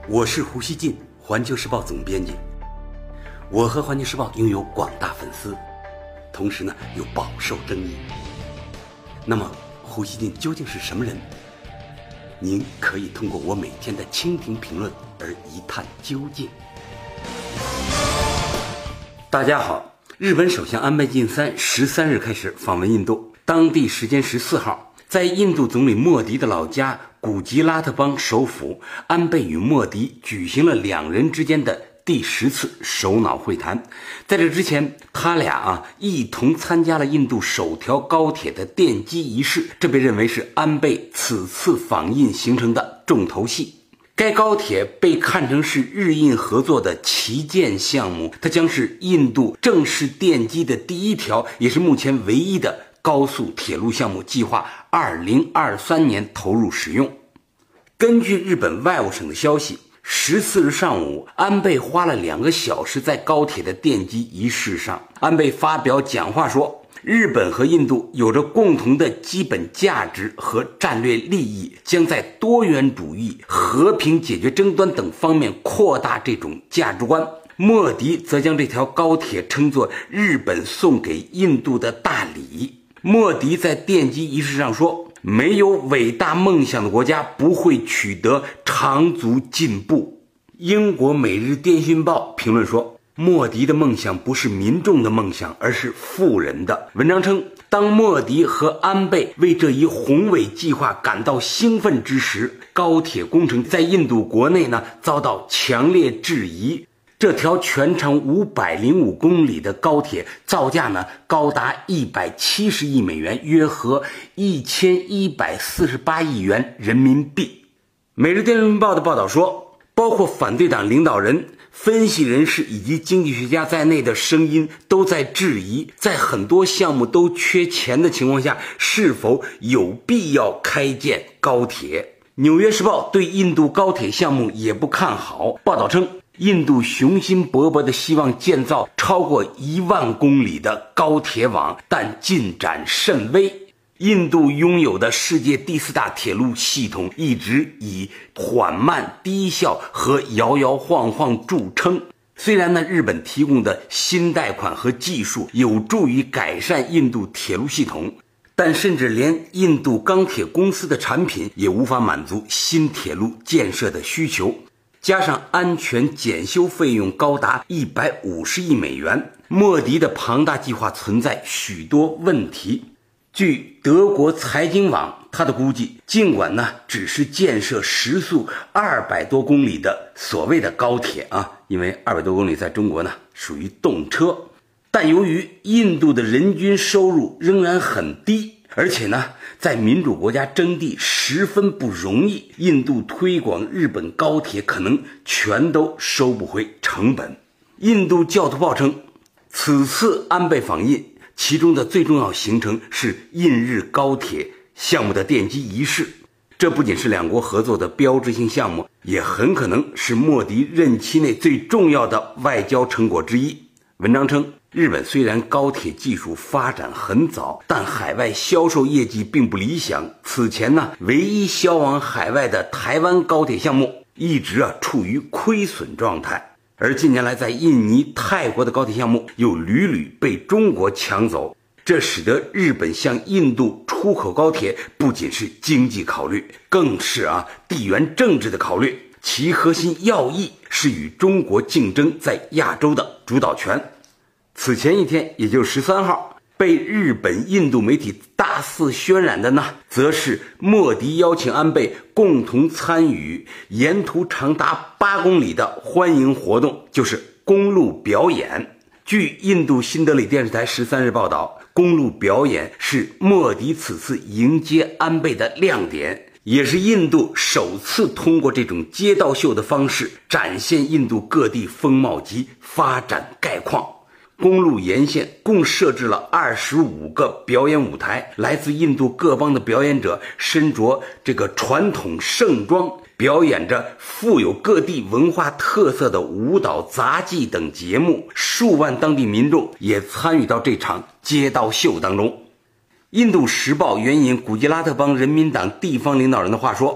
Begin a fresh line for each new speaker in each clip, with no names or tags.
我是胡锡进，环球时报总编辑。我和环球时报拥有广大粉丝，同时呢又饱受争议。那么胡锡进究竟是什么人？您可以通过我每天的蜻蜓评论而一探究竟。大家好，日本首相安倍晋三13日开始访问印度，当地时间14号，在印度总理莫迪的老家古吉拉特邦首府，安倍与莫迪举行了两人之间的第10次首脑会谈。在这之前，他俩一同参加了印度首条高铁的奠基仪式，这被认为是安倍此次访印形成的重头戏。该高铁被看成是日印合作的旗舰项目，它将是印度正式奠基的第一条，也是目前唯一的高速铁路项目，计划2023年投入使用。根据日本外务省的消息，14日上午，安倍花了2个小时在高铁的奠基仪式上。安倍发表讲话说，日本和印度有着共同的基本价值和战略利益，将在多元主义、和平解决争端等方面扩大这种价值观。莫迪则将这条高铁称作日本送给印度的大礼。莫迪在奠基仪式上说，没有伟大梦想的国家不会取得长足进步。英国《每日电讯报》评论说，莫迪的梦想不是民众的梦想，而是富人的。文章称，当莫迪和安倍为这一宏伟计划感到兴奋之时，高铁工程在印度国内遭到强烈质疑。这条全长505公里的高铁造价高达170亿美元，约合1148亿元人民币。每日电讯报的报道说，包括反对党领导人、分析人士以及经济学家在内的声音都在质疑，在很多项目都缺钱的情况下，是否有必要开建高铁。纽约时报对印度高铁项目也不看好，报道称，印度雄心勃勃地希望建造超过1万公里的高铁网，但进展甚微。印度拥有的世界第4大铁路系统一直以缓慢、低效和摇摇晃晃著称。虽然日本提供的新贷款和技术有助于改善印度铁路系统，但甚至连印度钢铁公司的产品也无法满足新铁路建设的需求。加上安全检修费用高达150亿美元，莫迪的庞大计划存在许多问题。据德国财经网他的估计，尽管只是建设时速200多公里的所谓的高铁因为200多公里在中国属于动车，但由于印度的人均收入仍然很低，而且在民主国家征地十分不容易，印度推广日本高铁可能全都收不回成本。印度教徒报称，此次安倍访印，其中的最重要行程是印日高铁项目的奠基仪式。这不仅是两国合作的标志性项目，也很可能是莫迪任期内最重要的外交成果之一。文章称，日本虽然高铁技术发展很早，但海外销售业绩并不理想。此前唯一销往海外的台湾高铁项目一直处于亏损状态，而近年来在印尼、泰国的高铁项目又屡屡被中国抢走，这使得日本向印度出口高铁不仅是经济考虑，更是地缘政治的考虑。其核心要义是与中国竞争在亚洲的主导权。此前一天，也就是13号，被日本、印度媒体大肆渲染的则是莫迪邀请安倍共同参与沿途长达8公里的欢迎活动，就是公路表演。据印度新德里电视台13日报道，公路表演是莫迪此次迎接安倍的亮点，也是印度首次通过这种街道秀的方式展现印度各地风貌及发展概况。公路沿线共设置了25个表演舞台，来自印度各邦的表演者身着传统盛装，表演着富有各地文化特色的舞蹈、杂技等节目。数万当地民众也参与到这场街道秀当中。印度时报援引古吉拉特邦人民党地方领导人的话说，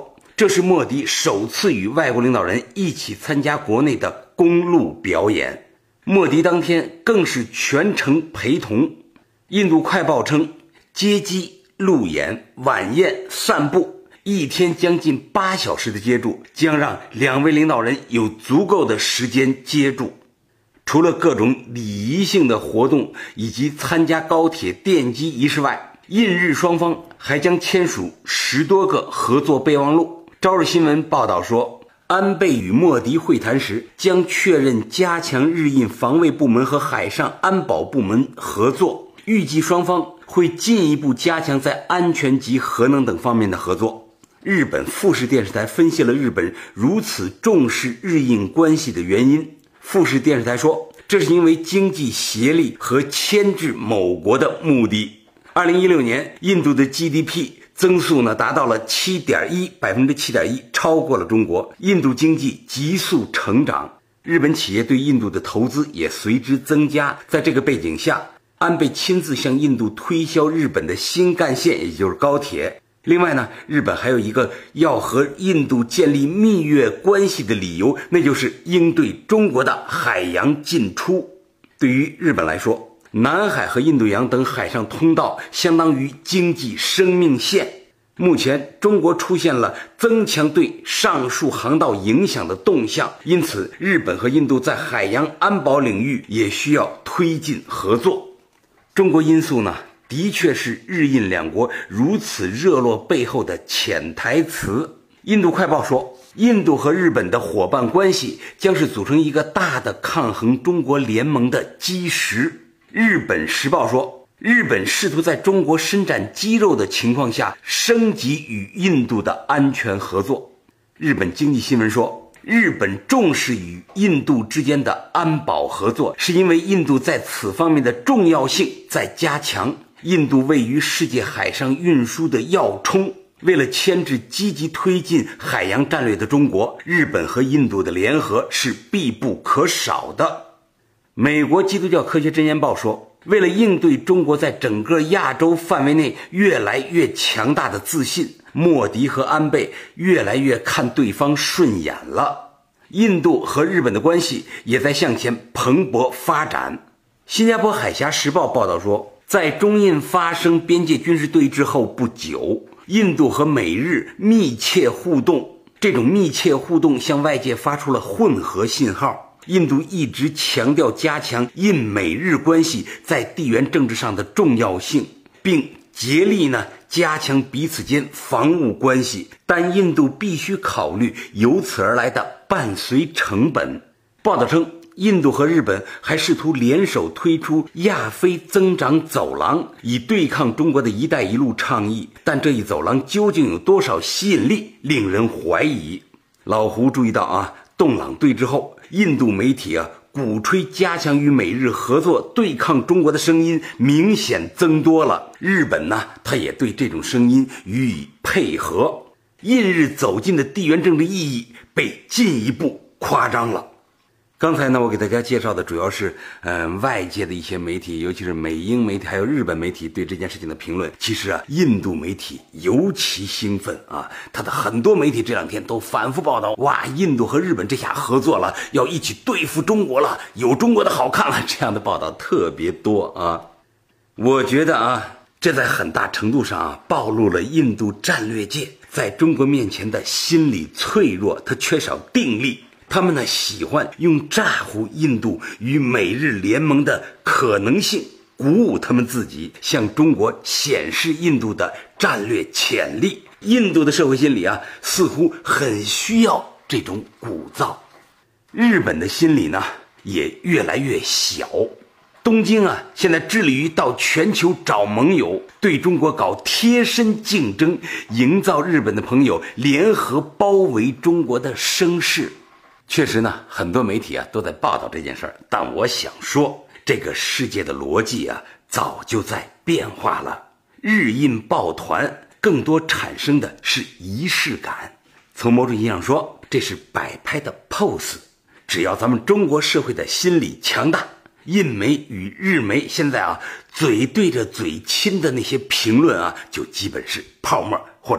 这是莫迪首次与外国领导人一起参加国内的公路表演。莫迪当天更是全程陪同。印度快报称，接机、路演、晚宴、散步，一天将近8小时的接触，将让两位领导人有足够的时间接触。除了各种礼仪性的活动以及参加高铁奠基仪式外，印日双方还将签署10多个合作备忘录。朝日新闻报道说，安倍与莫迪会谈时将确认加强日印防卫部门和海上安保部门合作，预计双方会进一步加强在安全及核能等方面的合作。日本富士电视台分析了日本如此重视日印关系的原因。富士电视台说，这是因为经济协力和牵制某国的目的。2016年，印度的 GDP 增速达到了7.1%，超过了中国。印度经济急速成长，日本企业对印度的投资也随之增加。在这个背景下，安倍亲自向印度推销日本的新干线，也就是高铁。另外呢，日本还有一个要和印度建立蜜月关系的理由，那就是应对中国的海洋进出。对于日本来说，南海和印度洋等海上通道相当于经济生命线。目前中国出现了增强对上述航道影响的动向，因此日本和印度在海洋安保领域也需要推进合作。中国因素呢，的确是日印两国如此热络背后的潜台词。印度快报说，印度和日本的伙伴关系将是组成一个大的抗衡中国联盟的基石。日本时报说，日本试图在中国伸展肌肉的情况下升级与印度的安全合作。日本经济新闻说，日本重视与印度之间的安保合作，是因为印度在此方面的重要性在加强。印度位于世界海上运输的要冲，为了牵制积极推进海洋战略的中国，日本和印度的联合是必不可少的。美国基督教科学箴言报说，为了应对中国在整个亚洲范围内越来越强大的自信，莫迪和安倍越来越看对方顺眼了。印度和日本的关系也在向前蓬勃发展。新加坡海峡时报报道说，在中印发生边界军事对峙后不久，印度和美日密切互动，这种密切互动向外界发出了混合信号。印度一直强调加强印美日关系在地缘政治上的重要性，并竭力加强彼此间防务关系，但印度必须考虑由此而来的伴随成本。报道称，印度和日本还试图联手推出亚非增长走廊，以对抗中国的一带一路倡议，但这一走廊究竟有多少吸引力，令人怀疑。老胡注意到洞朗对峙后，印度媒体鼓吹加强与美日合作对抗中国的声音明显增多了。日本他也对这种声音予以配合。印日走近的地缘政治意义被进一步夸张了。刚才我给大家介绍的主要是外界的一些媒体，尤其是美英媒体还有日本媒体对这件事情的评论。其实印度媒体尤其兴奋他的很多媒体这两天都反复报道，哇，印度和日本这下合作了，要一起对付中国了，有中国的好看了，这样的报道特别多我觉得这在很大程度上暴露了印度战略界在中国面前的心理脆弱，它缺少定力。他们喜欢用诈唬印度与美日联盟的可能性，鼓舞他们自己，向中国显示印度的战略潜力。印度的社会心理似乎很需要这种鼓噪。日本的心理也越来越小。东京现在致力于到全球找盟友，对中国搞贴身竞争，营造日本的朋友联合包围中国的声势。确实很多媒体都在报道这件事儿，但我想说，这个世界的逻辑早就在变化了。日印抱团更多产生的是仪式感，从某种意义上说，这是摆拍的 pose。只要咱们中国社会的心理强大，印媒与日媒现在嘴对着嘴亲的那些评论就基本是泡沫，或者说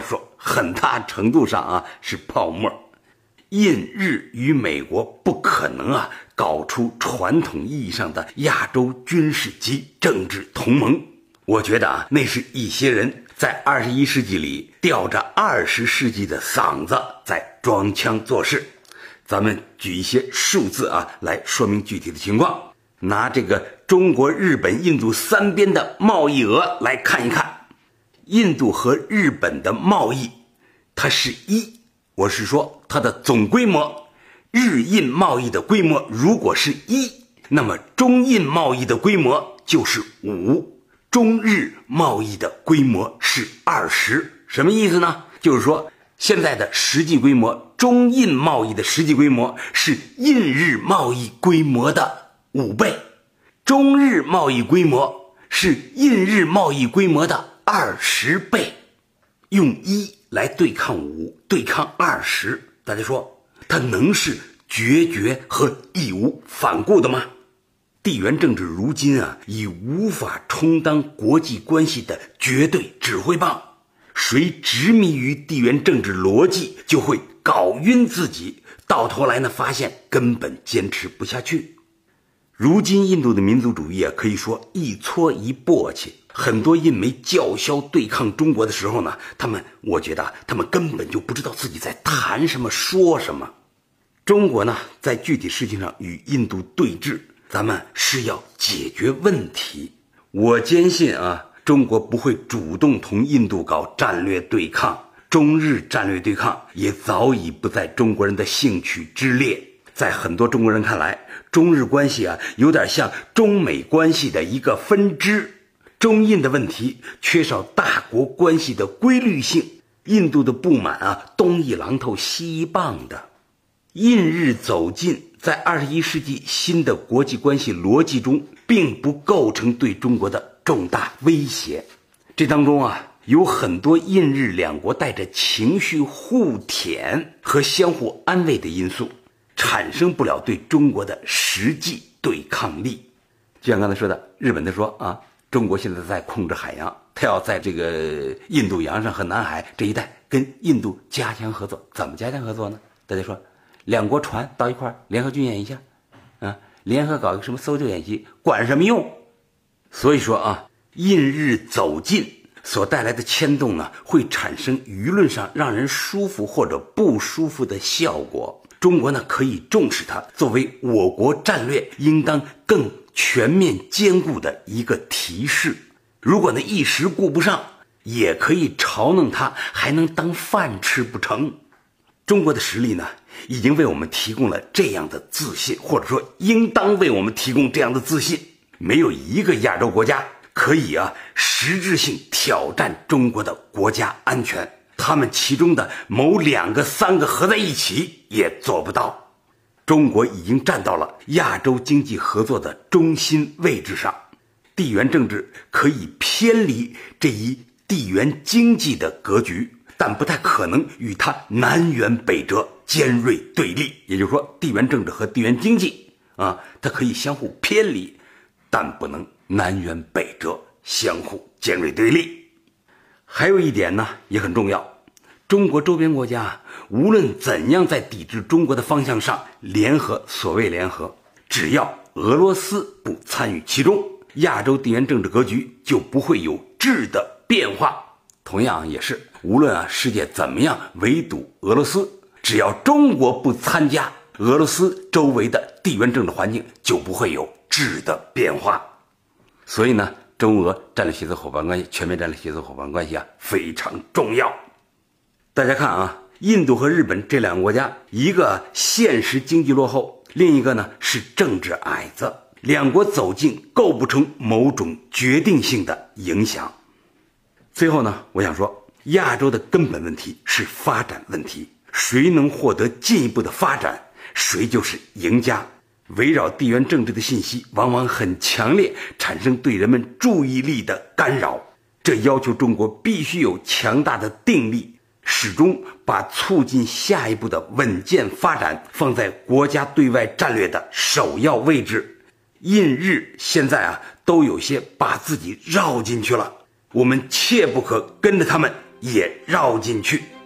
很大程度上是泡沫。印日与美国不可能搞出传统意义上的亚洲军事及政治同盟。我觉得那是一些人在21世纪里吊着20世纪的嗓子在装腔作势。咱们举一些数字来说明具体的情况。拿这个中国、日本、印度三边的贸易额来看一看，印度和日本的贸易它是1，我是说它的总规模，日印贸易的规模如果是1，那么中印贸易的规模就是5，中日贸易的规模是20。什么意思呢？就是说现在的实际规模，中印贸易的实际规模是印日贸易规模的5倍，中日贸易规模是印日贸易规模的20倍。用1来对抗5，对抗20，大家说它能是决绝和义无反顾的吗？地缘政治如今已无法充当国际关系的绝对指挥棒，谁执迷于地缘政治逻辑就会搞晕自己，到头来呢发现根本坚持不下去。如今印度的民族主义可以说一搓一簸箕，很多印媒叫嚣对抗中国的时候呢，我觉得他们根本就不知道自己在谈什么说什么。中国呢在具体事情上与印度对峙，咱们是要解决问题。我坚信中国不会主动同印度搞战略对抗，中日战略对抗也早已不在中国人的兴趣之列。在很多中国人看来，中日关系有点像中美关系的一个分支。中印的问题缺少大国关系的规律性，印度的不满东一榔头西一棒的。印日走近在21世纪新的国际关系逻辑中并不构成对中国的重大威胁。这当中有很多印日两国带着情绪互舔和相互安慰的因素，产生不了对中国的实际对抗力。就像刚才说的，日本他说中国现在在控制海洋，他要在这个印度洋上和南海这一带跟印度加强合作。怎么加强合作呢？大家说两国船到一块联合军演一下联合搞一个什么搜救演习，管什么用？所以说印日走近所带来的牵动呢，会产生舆论上让人舒服或者不舒服的效果。中国呢可以重视它，作为我国战略应当更全面兼顾的一个提示。如果呢一时顾不上，也可以嘲弄它，还能当饭吃不成？中国的实力呢已经为我们提供了这样的自信，或者说应当为我们提供这样的自信。没有一个亚洲国家可以实质性挑战中国的国家安全，他们其中的某2个3个合在一起也做不到。中国已经站到了亚洲经济合作的中心位置上，地缘政治可以偏离这一地缘经济的格局，但不太可能与它南辕北辙、尖锐对立。也就是说，地缘政治和地缘经济它可以相互偏离，但不能南辕北辙、相互尖锐对立。还有一点呢也很重要，中国周边国家无论怎样在抵制中国的方向上联合，所谓联合，只要俄罗斯不参与其中，亚洲地缘政治格局就不会有质的变化。同样也是，无论世界怎么样围堵俄罗斯，只要中国不参加，俄罗斯周围的地缘政治环境就不会有质的变化。所以呢，中俄战略协作伙伴关系、全面战略协作伙伴关系非常重要。大家看印度和日本这2个国家，一个现实经济落后，另一个呢是政治矮子，两国走近构不成某种决定性的影响。最后呢，我想说，亚洲的根本问题是发展问题，谁能获得进一步的发展，谁就是赢家。围绕地缘政治的信息往往很强烈，产生对人们注意力的干扰，这要求中国必须有强大的定力，始终把促进下一步的稳健发展放在国家对外战略的首要位置。印日现在都有些把自己绕进去了，我们切不可跟着他们也绕进去。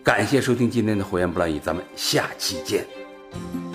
感谢收听今天的胡言不乱语，咱们下期见。